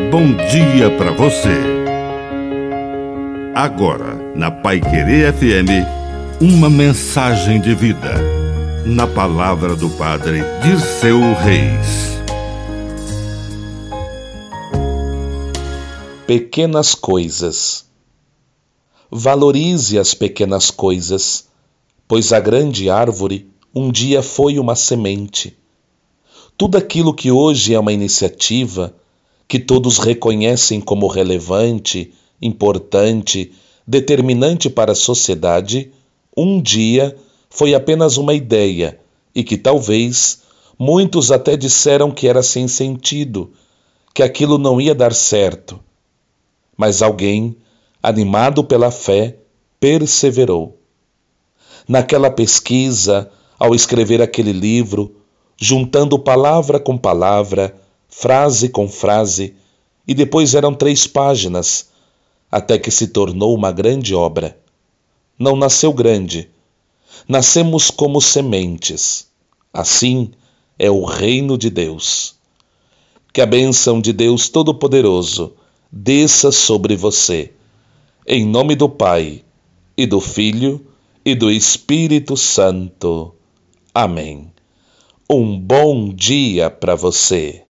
bom dia para você. Agora, na Paiquerê FM, uma mensagem de vida. Na palavra do Padre Dirceu Reis. Pequenas coisas. Valorize as pequenas coisas, pois a grande árvore um dia foi uma semente. Tudo aquilo que hoje é uma iniciativa, que todos reconhecem como relevante, importante, determinante para a sociedade, um dia foi apenas uma ideia e que talvez muitos até disseram que era sem sentido, que aquilo não ia dar certo. Mas alguém, animado pela fé, perseverou. Naquela pesquisa, ao escrever aquele livro, juntando palavra com palavra, frase com frase, e depois eram 3 páginas, até que se tornou uma grande obra. Não nasceu grande. Nascemos como sementes. Assim é o reino de Deus. Que a bênção de Deus Todo-Poderoso desça sobre você. Em nome do Pai, e do Filho, e do Espírito Santo. Amém. Um bom dia para você.